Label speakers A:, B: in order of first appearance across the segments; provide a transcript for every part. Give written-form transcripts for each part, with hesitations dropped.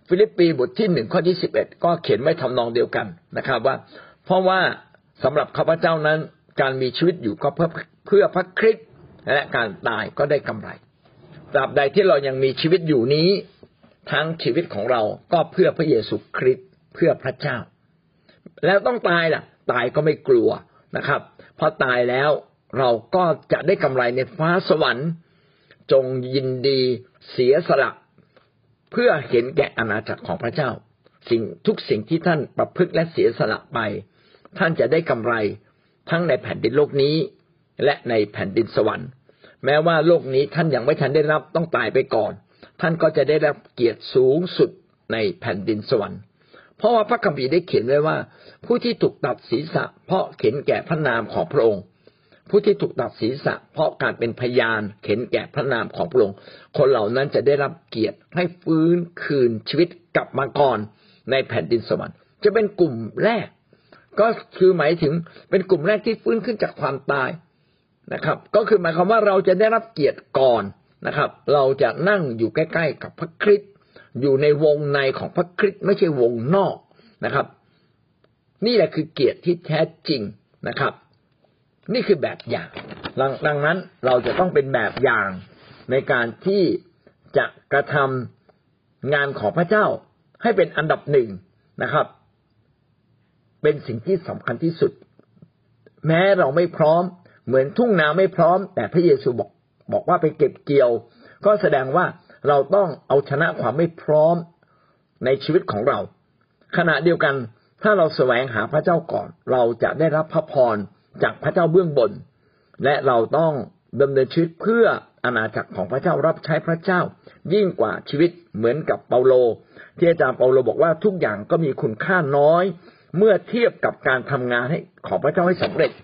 A: ฟิลิปปีบทที่1ข้อที่11ก็เขียนไว้ทำนองเดียวกันนะครับว่าเพราะว่าสำหรับข้าพเจ้านั้นการมีชีวิตอยู่ก็เพื่อพระคริสต์และการตายก็ได้กำไรตราบใดที่เรายังมีชีวิตอยู่นี้ทั้งชีวิตของเราก็เพื่อพระเยซูคริสต์เพื่อพระเจ้าแล้วต้องตายล่ะตายก็ไม่กลัวนะครับพอตายแล้วเราก็จะได้กำไรในฟ้าสวรรค์จงยินดีเสียสละเพื่อเห็นแก่อาณาจักรของพระเจ้าทุกสิ่งที่ท่านประพฤติและเสียสละไปท่านจะได้กำไรทั้งในแผ่นดินโลกนี้และในแผ่นดินสวรรค์แม้ว่าโลกนี้ท่านยังไม่ทันได้รับต้องตายไปก่อนท่านก็จะได้รับเกียรติสูงสุดในแผ่นดินสวรรค์เพราะว่าพระคัมภีร์ได้เขียนไว้ว่าผู้ที่ถูกตัดศีรษะเพราะเห็นแก่พระนามของพระองค์ผู้ที่ถูกตัดศีรษะเพราะการเป็นพยานเห็นแก่พระนามของพระองค์คนเหล่านั้นจะได้รับเกียรติให้ฟื้นคืนชีวิตกลับมาก่อนในแผ่นดินสวรรค์จะเป็นกลุ่มแรกก็คือหมายถึงเป็นกลุ่มแรกที่ฟื้นขึ้นจากความตายนะครับก็คือหมายความว่าเราจะได้รับเกียรติก่อนนะครับเราจะนั่งอยู่ใกล้ๆกับพระคริสต์อยู่ในวงในของพระคริสต์ไม่ใช่วงนอกนะครับนี่แหละคือเกียรติที่แท้จริงนะครับนี่คือแบบอย่างดังนั้นเราจะต้องเป็นแบบอย่างในการที่จะกระทำงานของพระเจ้าให้เป็นอันดับหนึ่งนะครับเป็นสิ่งที่สำคัญที่สุดแม้เราไม่พร้อมเหมือนทุ่งนาไม่พร้อมแต่พระเยซูบอกว่าไปเก็บเกี่ยวก็แสดงว่าเราต้องเอาชนะความไม่พร้อมในชีวิตของเราขณะเดียวกันถ้าเราแสวงหาพระเจ้าก่อนเราจะได้รับพระพรจากพระเจ้าเบื้องบนและเราต้องดำเนินชีวิตเพื่ออาณาจักรของพระเจ้ารับใช้พระเจ้ายิ่งกว่าชีวิตเหมือนกับเปาโลที่อาจารย์เปาโลบอกว่าทุกอย่างก็มีคุณค่าน้อยเมื่อเทียบกับการทำงานของพระเจ้าให้สำเร็จ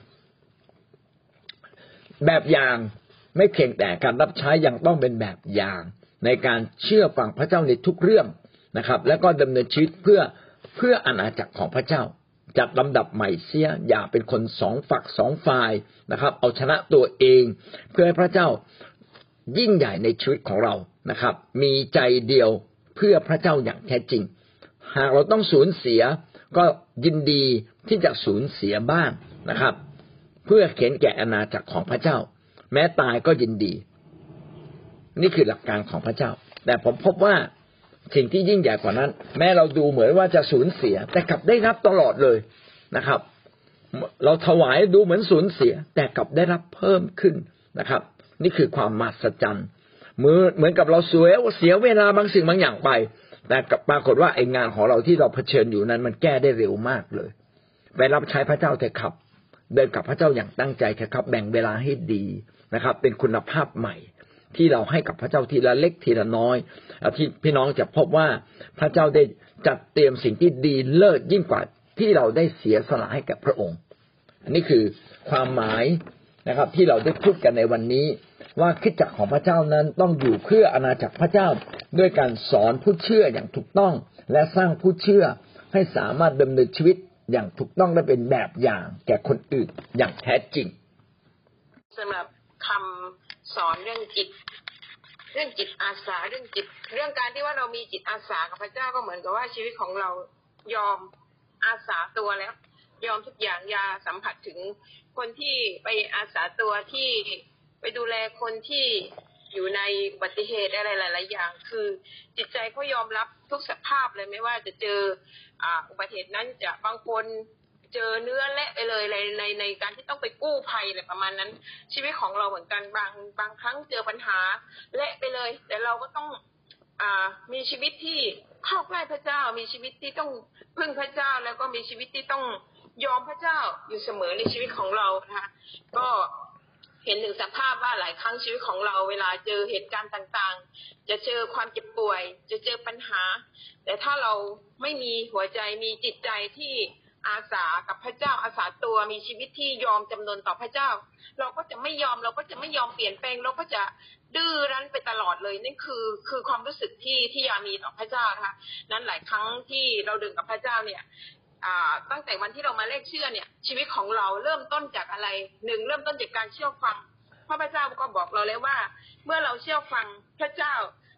A: แบบอย่างไม่เพียงแต่การรับใช้ยังต้องเป็นแบบอย่างในการเชื่อฟังพระเจ้าในทุกเรื่องนะครับแล้วก็ดำเนินชีวิตเพื่ออาณาจักรของพระเจ้าจัดลำดับใหม่เสียอย่าเป็นคนสองฝักสองฝ่ายนะครับเอาชนะตัวเองเพื่อให้พระเจ้ายิ่งใหญ่ในชีวิตของเรานะครับมีใจเดียวเพื่อพระเจ้าอย่างแท้จริงหากเราต้องสูญเสียก็ยินดีที่จะสูญเสียบ้างนะครับเพื่อเข็นแก่อาณาจักรของพระเจ้าแม้ตายก็ยินดีนี่คือหลักการของพระเจ้าแต่ผมพบว่าสิ่งที่ยิ่งใหญ่กว่านั้นแม้เราดูเหมือนว่าจะสูญเสียแต่กลับได้รับตลอดเลยนะครับเราถวายดูเหมือนสูญเสียแต่กลับได้รับเพิ่มขึ้นนะครับนี่คือความมหัศจรรย์เหมือนกับเราเสียเวลาบางสิ่งบางอย่างไปแต่ปรากฏว่าไอ้งานของเราที่เราเผชิญอยู่นั้นมันแก้ได้เร็วมากเลยไปรับใช้พระเจ้าเถอะครับเดินกับพระเจ้าอย่างตั้งใจเถอะครับแบ่งเวลาให้ดีนะครับเป็นคุณภาพใหม่ที่เราให้กับพระเจ้าทีละเล็กทีละน้อยที่พี่น้องจะพบว่าพระเจ้าได้จัดเตรียมสิ่งที่ดีเลิศยิ่งกว่าที่เราได้เสียสละให้กับพระองค์อันนี้คือความหมายนะครับที่เราได้พูดกันในวันนี้ว่าคริสตจักรของพระเจ้านั้นต้องอยู่เพื่ออาณาจักรพระเจ้าด้วยการสอนผู้เชื่ออย่างถูกต้องและสร้างผู้เชื่อให้สามารถดำเนินชีวิตอย่างถูกต้องและเป็นแบบอย่างแก่คนอื่นอย่างแท้จริง
B: สำหรับคำสอนเรื่องจิตอาสาเรื่องการที่ว่าเรามีจิตอาสากับพระเจ้าก็เหมือนกับว่าชีวิตของเรายอมอาสาตัวแล้วยอมทุกอย่างยาสัมผัสถึงคนที่ไปอาสาตัวที่ไปดูแลคนที่อยู่ในอุบัติเหตุอะไรหลายๆอย่างคือจิตใจเขายอมรับทุกสภาพเลยไม่ว่าจะเจออุบัติเหตุนั้นจะบางคนเจอเนื้อเละไปเลยในการที่ต้องไปกู้ภัยอะไรประมาณนั้นชีวิตของเราเหมือนกันบางครั้งเจอปัญหาเละไปเลยแต่เราก็ต้องมีชีวิตที่เข้าใกล้พระเจ้ามีชีวิตที่ต้องพึ่งพระเจ้าแล้วก็มีชีวิตที่ต้องยอมพระเจ้าอยู่เสมอในชีวิตของเรานะคะก็เห็นถึงสภาพว่าหลายครั้งชีวิตของเราเวลาเจอเหตุการณ์ต่างๆจะเจอความเจ็บป่วยจะเจอปัญหาแต่ถ้าเราไม่มีหัวใจมีจิตใจที่อาสากับพระเจ้าอาสาตัวมีชีวิตที่ยอมจำนนต่อพระเจ้าเราก็จะไม่ยอมเปลี่ยนแปลงเราก็จะดื้อรั้นไปตลอดเลยนั่นคือความรู้สึกที่ยามีต่อพระเจ้านะคะนั้นหลายครั้งที่เราเดินกับพระเจ้าเนี่ยตั้งแต่วันที่เรามาแลกเชื่อเนี่ยชีวิตของเราเริ่มต้นจากอะไรหนึ่งเริ่มต้นจากการเชื่อฟังพระเจ้าก็บอกเราแล้วว่าเมื่อเราเชื่อฟังพระเจ้า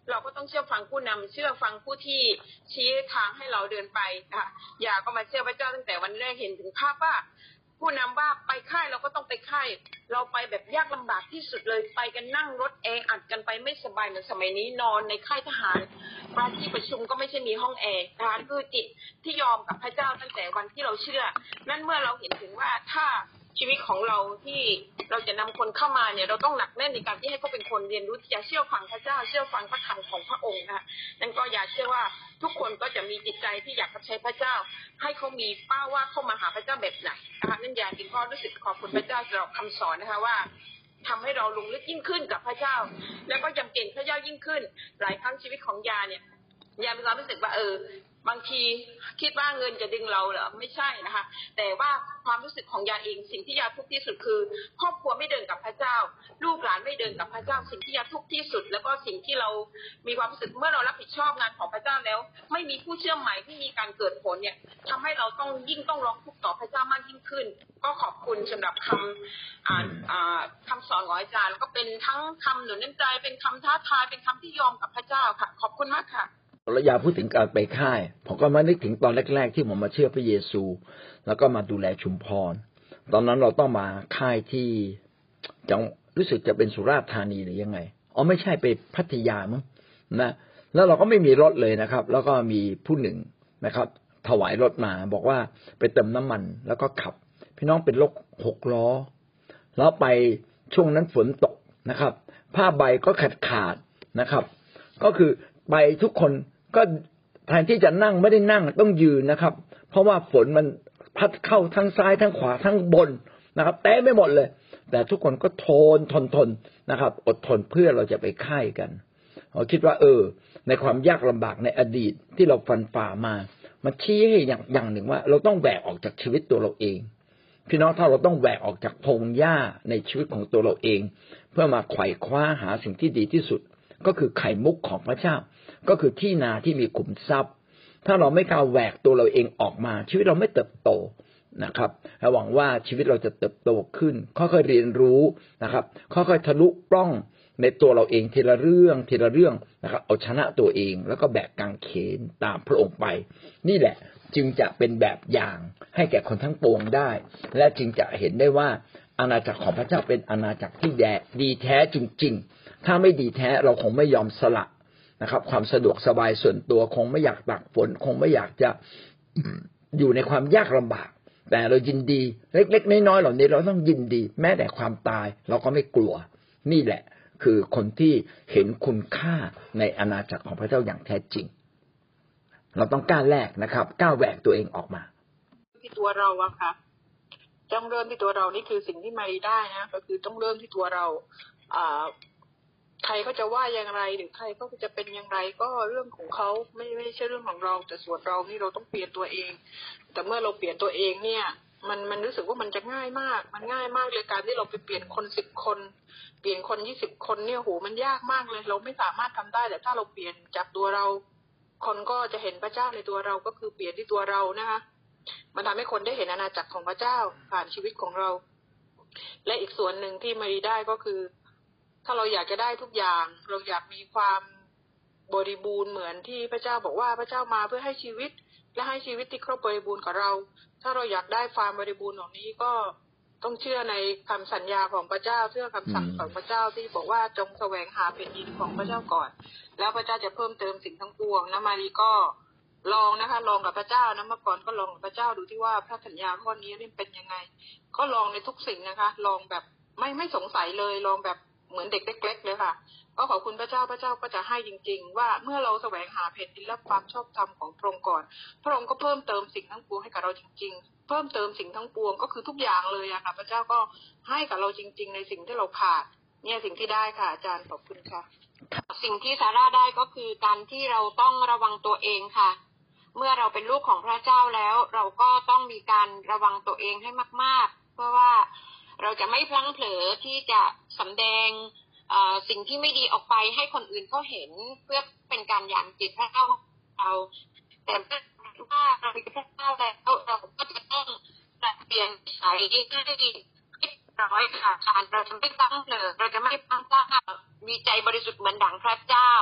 B: เราก็ต้องเชื่อฟังผู้นำเชื่อฟังผู้ที่ชี้ทางให้เราเดินไปค่ะอย่าก็มาเชื่อพระเจ้าตั้งแต่วันแรกเห็นถึงภาพว่าผู้นำว่าไปค่ายเราก็ต้องไปค่ายเราไปแบบยากลำบากที่สุดเลยไปกันนั่งรถแอร์อัดกันไปไม่สบายเหมือนสมัยนี้นอนในค่ายทหารบ้านที่ประชุมก็ไม่ใช่มีห้องแอร์นะคะคือจิตที่ยอมกับพระเจ้าตั้งแต่วันที่เราเชื่อนั่นเมื่อเราเห็นถึงว่าถ้าชีวิตของเราที่เราจะนำคนเข้ามาเนี่ยเราต้องหนักแน่นในการที่ให้เขาเป็นคนเรียนรู้ที่จะเชื่อฟังพระเจ้าเชื่อฟังพระคำของพระองค์นะคะนั่นก็อยากเชื่อว่าทุกคนก็จะมีจิตใจที่อยากรับใช้พระเจ้าให้เขามีเป้าว่าเข้ามาหาพระเจ้าแบบไหนนะคะนั่นอยากก็รู้สึกขอบคุณพระเจ้าสำหรับคำสอนนะคะว่าทำให้เราลงลึกยิ่งขึ้นกับพระเจ้าแล้วก็ยำเกรงพระเจ้ายิ่งขึ้นหลายครั้งชีวิตของยาเนี่ยยามีความรู้สึกว่าบางทีคิดว่าเงินจะดึงเราเหรอไม่ใช่นะคะแต่ว่าความรู้สึกของยาเองสิ่งที่ยาทุกข์ที่สุดคือครอบครัวไม่เดินกับพระเจ้าลูกหลานไม่เดินกับพระเจ้าสิ่งที่ยาทุกข์ที่สุดแล้วก็สิ่งที่เรามีความรู้สึกเมื่อเรารับผิดชอบงานของพระเจ้าแล้วไม่มีผู้เชื่อใหม่ที่มีการเกิดผลเนี่ยทำให้เราต้องร้องทุกข์ต่อพระเจ้ามากยิ่งขึ้นก็ขอบคุณสำหรับคำสอนของอาจารย์แล้วก็เป็นทั้งคำหนุนน้ำใจเป็นคำท้าทายเป็นคำที่ยอมกับพระเจ้าค่ะขอบคุณมากค่ะ
A: แล้วยาพูดถึงการไปค่ายผมก็มานึกถึงตอนแรกๆที่ผมมาเชื่อพระเยซูแล้วก็มาดูแลชุมพรตอนนั้นเราต้องมาค่ายที่จังรู้สึกจะเป็นสุราษฎร์ธานีหรือยังไงไม่ใช่ไปพัทยามั้งนะแล้วเราก็ไม่มีรถเลยนะครับแล้วก็มีผู้หนึ่งนะครับถวายรถมาบอกว่าไปเติมน้ำมันแล้วก็ขับพี่น้องเป็นรถ6 ล้อแล้วไปช่วงนั้นฝนตกนะครับผ้าใบก็ขาดนะครับก็คือไปทุกคนก็แทนที่จะนั่งไม่ได้นั่งต้องยืนนะครับเพราะว่าฝนมันพัดเข้าทั้งซ้ายทั้งขวาทั้งบนนะครับเต็มไปหมดเลยแต่ทุกคนก็ทนนะครับอดทนเพื่อเราจะไปค่ายกันเราคิดว่าในความยากลำบากในอดีตที่เราฟันฝ่ามามันชี้ให้อย่างหนึ่งว่าเราต้องแหวกออกจากชีวิตตัวเราเองพี่น้องถ้าเราต้องแหวกออกจากพงหญ้าในชีวิตของตัวเราเองเพื่อมาไขว่คว้าหาสิ่งที่ดีที่สุดก็คือไข่มุกของพระเจ้าก็คือที่นาที่มีขุมทรัพย์ถ้าเราไม่กล้าแหวกตัวเราเองออกมาชีวิตเราไม่เติบโตนะครับหวังว่าชีวิตเราจะเติบโตขึ้นค่อยๆเรียนรู้นะครับค่อยๆทะลุปล้องในตัวเราเองทีละเรื่องนะครับเอาชนะตัวเองแล้วก็แบกกางเขนตามพระองค์ไปนี่แหละจึงจะเป็นแบบอย่างให้แก่คนทั้งปวงได้และจึงจะเห็นได้ว่าอาณาจักรของพระเจ้าเป็นอาณาจักรที่ดีแท้จริงๆถ้าไม่ดีแท้เราคงไม่ยอมสละนะครับความสะดวกสบายส่วนตัวคงไม่อยากตากฝนคงไม่อยากจะอยู่ในความยากลำบากแต่เรายินดีเล็กๆน้อยๆเหล่านี้เราต้องยินดีแม้แต่ความตายเราก็ไม่กลัวนี่แหละคือคนที่เห็นคุณค่าในอาณาจักรของพระเจ้าอย่างแท้จริงเราต้องกล้าแลกนะครับกล้าแหวกตัวเองออกมา
B: ที่ตัวเราอะค่ะต้องเริ่มที่ตัวเรานี่คือสิ่งที่มาได้นะก็คือต้องเริ่มที่ตัวเราใครก็จะว่าอย่างไรหรือใครก็จะเป็นอย่างไรก็เรื่องของเขาไม่ใช่เรื่องของเราแต่ส่วนเรานี่เราต้องเปลี่ยนตัวเองแต่เมื่อเราเปลี่ยนตัวเองเนี่ยมันรู้สึกว่ามันจะง่ายมากมันง่ายมากเลยการที่เราไปเปลี่ยนคน10 คนเปลี่ยนคน20 คนเนี่ยโหมันยากมากเลยเราไม่สามารถทำได้แต่ถ้าเราเปลี่ยนจากตัวเราคนก็จะเห็นพระเจ้าในตัวเราก็คือเปลี่ยนที่ตัวเรานะคะมันทำให้คนได้เห็นอาณาจักรของพระเจ้าผ่านชีวิตของเราและอีกส่วนหนึ่งที่มาได้ก็คือถ้าเราอยากจะได้ทุกอย่างเราอยากมีความบริบูรณ์เหมือนที่พระเจ้าบอกว่าพระเจ้ามาเพื่อให้ชีวิตและให้ชีวิตที่ครบบริบูรณ์กับเราถ้าเราอยากได้ความบริบูรณ์ของนี้ก็ต้องเชื่อในคำสัญญาของพระเจ้าเชื่อคำสั่งของพระเจ้าที่บอกว่าจงแสวงหาแผ่นดินของพระเจ้าก่อนแล้วพระเจ้าจะเพิ่มเติมสิ่งทั้งปวงนะมารีก็ลองนะคะลองกับพระเจ้านะเมื่อก่อนก็ลองกับพระเจ้าดูที่ว่าพระสัญญาข้อนี้นี่เป็นยังไงก็ลองในทุกสิ่งนะคะลองแบบไม่สงสัยเลยลองแบบเหมือนเด็กเล็กๆเลยค่ะก็ขอบคุณพระเจ้าพระเจ้าก็จะให้จริงๆว่าเมื่อเราแสวงหาแผ่นดินและความชอบธรรมของพระองค์ก่อนพระองค์ก็เพิ่มเติมสิ่งทั้งปวงให้กับเราจริงๆเพิ่มเติมสิ่งทั้งปวงก็คือทุกอย่างเลยอะค่ะพระเจ้าก็ให้กับเราจริงๆในสิ่งที่เราขาดเนี่ยสิ่งที่ได้ค่ะอาจารย์ขอบคุณค่ะสิ่งที่ซาร่าได้ก็คือการที่เราต้องระวังตัวเองค่ะเมื่อเราเป็นลูกของพระเจ้าแล้วเราก็ต้องมีการระวังตัวเองให้มากๆเพราะว่าเราจะไม่พลั้งเผลอที่จะสำแดงสิ่งที่ไม่ดีออกไปให้คนอื่นเขาเห็นเพื่อเป็นการหยามจิตพระเจ้าเราแต่ว่าเราเป็นพระเจ้าแล้วเราก็จะต้องเปลี่ยนนิสัยให้ร้อยค่ะการเราจะไม่พลั้งเผลอเราจะไม่พลั้งพลาดมีใจบริสุทธิ์เหมือนดั่งพระเจ้า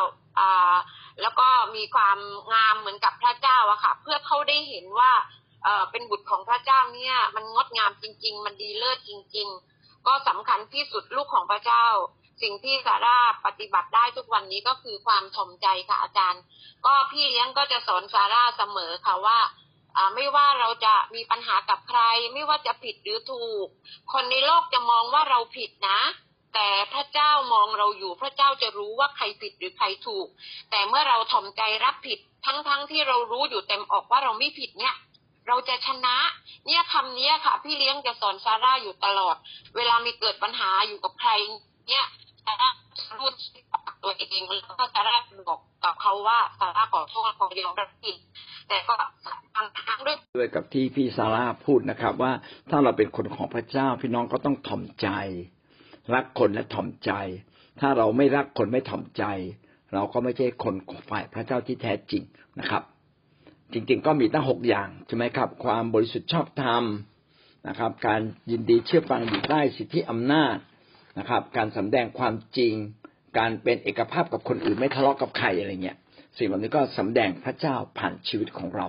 B: แล้วก็มีความงามเหมือนกับพระเจ้าอะค่ะเพื่อเขาได้เห็นว่าเป็นบุตรของพระเจ้าเนี่ยมันงดงามจริงๆมันดีเลิศจริงๆก็สำคัญที่สุดลูกของพระเจ้าสิ่งที่ซาร่าปฏิบัติได้ทุกวันนี้ก็คือความถ่อมใจค่ะอาจารย์ก็พี่เลี้ยงก็จะสอนซาร่าเสมอค่ะว่าไม่ว่าเราจะมีปัญหากับใครไม่ว่าจะผิดหรือถูกคนในโลกจะมองว่าเราผิดนะแต่พระเจ้ามองเราอยู่พระเจ้าจะรู้ว่าใครผิดหรือใครถูกแต่เมื่อเราถ่อมใจรับผิดทั้งที่เรารู้อยู่เต็มอกว่าเราไม่ผิดเนี่ยเราจะชนะเนี่ยคำนี้ค่ะพี่เลี้ยงจะสอนซาร่าอยู่ตลอดเวลามีเกิดปัญหาอยู่กับใครเนี่ยซาร่ารู้ตัวเองแล้วก็ซาร่าบอกกับเขาว่าซาร่าขอโทษขอยอมรับผิดแต่ก็บางครั้งด้วย
A: กับที่พี่ซาร่าพูดนะครับว่าถ้าเราเป็นคนของพระเจ้าพี่น้องก็ต้องถ่อมใจรักคนและถ่อมใจถ้าเราไม่รักคนไม่ถ่อมใจเราก็ไม่ใช่คนของฝ่ายพระเจ้าที่แท้จริงนะครับจริงๆก็มีตั้ง6อย่างใช่ไหมครับความบริสุทธิ์ชอบธรรมนะครับการยินดีเชื่อฟังอยู่ใต้สิทธิอำนาจนะครับการสำแดงความจริงการเป็นเอกภาพกับคนอื่นไม่ทะเลาะกับใครอะไรเงี้ยสิ่งเหล่านี้ก็สำแดงพระเจ้าผ่านชีวิตของเรา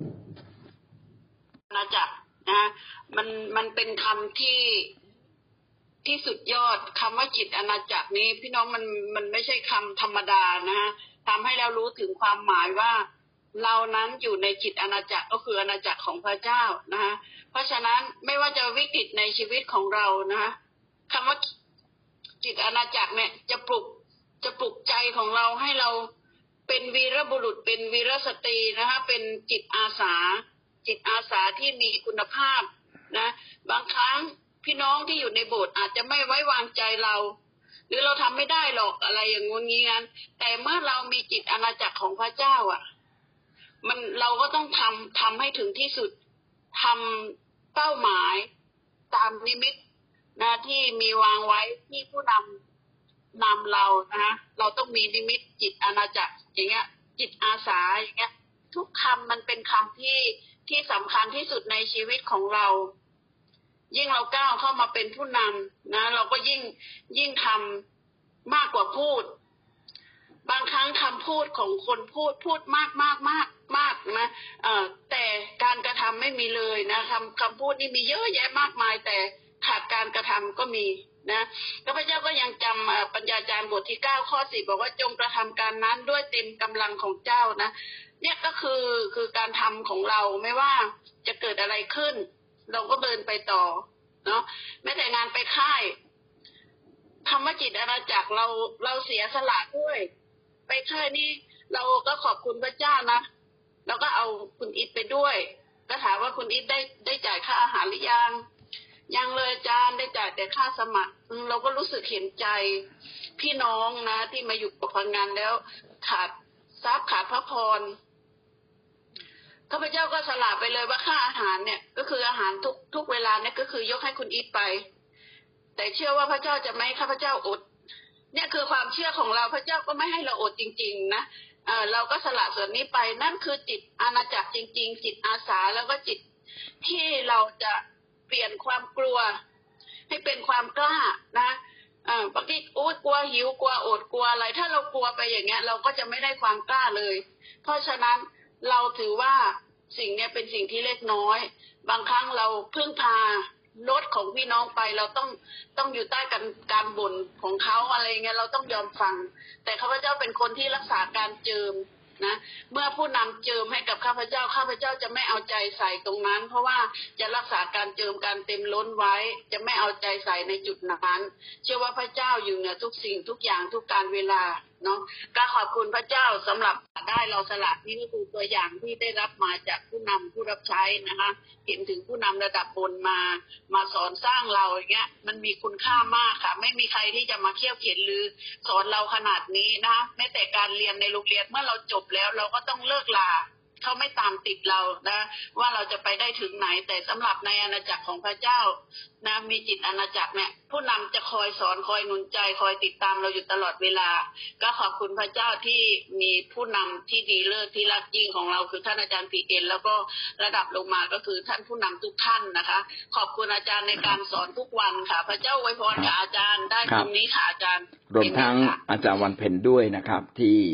C: อาจารย์นะมันเป็นคำที่สุดยอดคำว่าจิตอาณาจักรนี้พี่น้องมันไม่ใช่คำธรรมดานะฮะทำให้เรารู้ถึงความหมายว่าเรานั้นอยู่ในจิตอาณาจักรก็คืออาณาจักรของพระเจ้านะฮะเพราะฉะนั้นไม่ว่าจะวิกฤตในชีวิตของเรานะฮะคำว่าจิตอาณาจักรเนี่ยจะปลุกใจของเราให้เราเป็นวีรบุรุษเป็นวีรสตรีนะคะเป็นจิตอาสาที่มีคุณภาพนะบางครั้งพี่น้องที่อยู่ในโบสถ์อาจจะไม่ไว้วางใจเราหรือเราทำไม่ได้หรอกอะไรอย่างงู้นงี้งั้นแต่เมื่อเรามีจิตอาณาจักรของพระเจ้าเราก็ต้องทำให้ถึงที่สุดทำเป้าหมายตามนิมิตนะที่มีวางไว้ที่ผู้นำเรานะเราต้องมีนิมิตจิตอาณาจักรอย่างเงี้ยจิตอาสาอย่างเงี้ยทุกคำมันเป็นคำที่สำคัญที่สุดในชีวิตของเรายิ่งเราก้าวเข้ามาเป็นผู้นำนะเราก็ยิ่งทำมากกว่าพูดบางครั้งคำพูดของคนพูดมากนะแต่การกระทำไม่มีเลยนะคำพูดนี่มีเยอะแยะมากมายแต่ขาดการกระทำก็มีนะข้าพเจ้าก็ยังจำปัญญาจารย์บทที่9ข้อ4บอกว่าจงกระทำการนั้นด้วยเต็มกำลังของเจ้านะเนี่ยก็คือการทำของเราไม่ว่าจะเกิดอะไรขึ้นเราก็เดินไปต่อเนาะแม้แต่งานไปค่ายคำว่าจิตอาณาจักรเราเสียสละด้วยไปค่ายนี่เราก็ขอบคุณพระเจ้านะเราก็เอาคุณอิฐไปด้วยก็ถามว่าคุณอิฐได้จ่ายค่าอาหารหรือยังเลยอาจารย์ได้จ่ายแต่ค่าสมัครเราก็รู้สึกเห็นใจพี่น้องนะที่มาอยู่กับพนักงานแล้วขาดทรัพย์ขาดพระพรข้าพเจ้าก็สละไปเลยว่าค่าอาหารเนี่ยก็คืออาหารทุกเวลาเนี่ยก็คือยกให้คุณอิฐไปแต่เชื่อว่าพระเจ้าจะไม่ให้ข้าพเจ้าอดเนี่ยคือความเชื่อของเราพระเจ้าก็ไม่ให้เราอดจริงๆนะเราก็สละส่วนนี้ไปนั่นคือจิตอาณาจักรจริงๆจิตอาสาแล้วก็จิตที่เราจะเปลี่ยนความกลัวให้เป็นความกล้านะบางทีกลัวหิวกลัวอดกลัวอะไรถ้าเรากลัวไปอย่างเงี้ยเราก็จะไม่ได้ความกล้าเลยเพราะฉะนั้นเราถือว่าสิ่งนี้เป็นสิ่งที่เล็กน้อยบางครั้งเราพึ่งพารถของพี่น้องไปเราต้องอยู่ใต้การบ่นของเขาอะไรเงี้ยเราต้องยอมฟังแต่ข้าพเจ้าเป็นคนที่รักษาการเจิมนะเมื่อผู้นำเจิมให้กับข้าพเจ้าจะไม่เอาใจใส่ตรงนั้นเพราะว่าจะรักษาการเจิมการเต็มล้นไว้จะไม่เอาใจใส่ในจุดนั้นเชื่อว่าพระเจ้าอยู่เหนือทุกสิ่งทุกอย่างทุกการเวลาเนาะก็ขอบคุณพระเจ้าสำหรับได้เราสละนี่ก็คือตัวอย่างที่ได้รับมาจากผู้นำผู้รับใช้นะคะเห็นถึงผู้นำระดับบนมาสอนสร้างเราอย่างเงี้ยมันมีคุณค่ามากค่ะไม่มีใครที่จะมาเคี่ยวเข็นหรือสอนเราขนาดนี้นะแม้แต่การเรียนในโรงเรียนเมื่อเราจบแล้วเราก็ต้องเลิกลาเขาไม่ตามติดเรานะว่าเราจะไปได้ถึงไหนแต่สำหรับในอาณาจักรของพระเจ้านะมีจิตอาณาจักรเนี่ยผู้นำจะคอยสอนคอยหนุนใจคอยติดตามเราอยู่ตลอดเวลาก็ขอบคุณพระเจ้าที่มีผู้นำที่ดีเลิศที่รักยิ่งของเราคือท่านอาจารย์พีเกนแล้วก็ระดับลงมาก็คือท่านผู้นำทุกท่านนะคะขอบคุณอาจารย์ในการสอนทุกวันค่ะพระเจ้าอวยพรกับอาจารย์ได้ตรงนี้ค่ะอาจารย์
A: รวมทั้งอาจารย์วันเพ็ญด้วยนะครับที่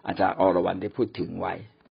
D: อาจารย์อรวรรณได้พูดถึงไว้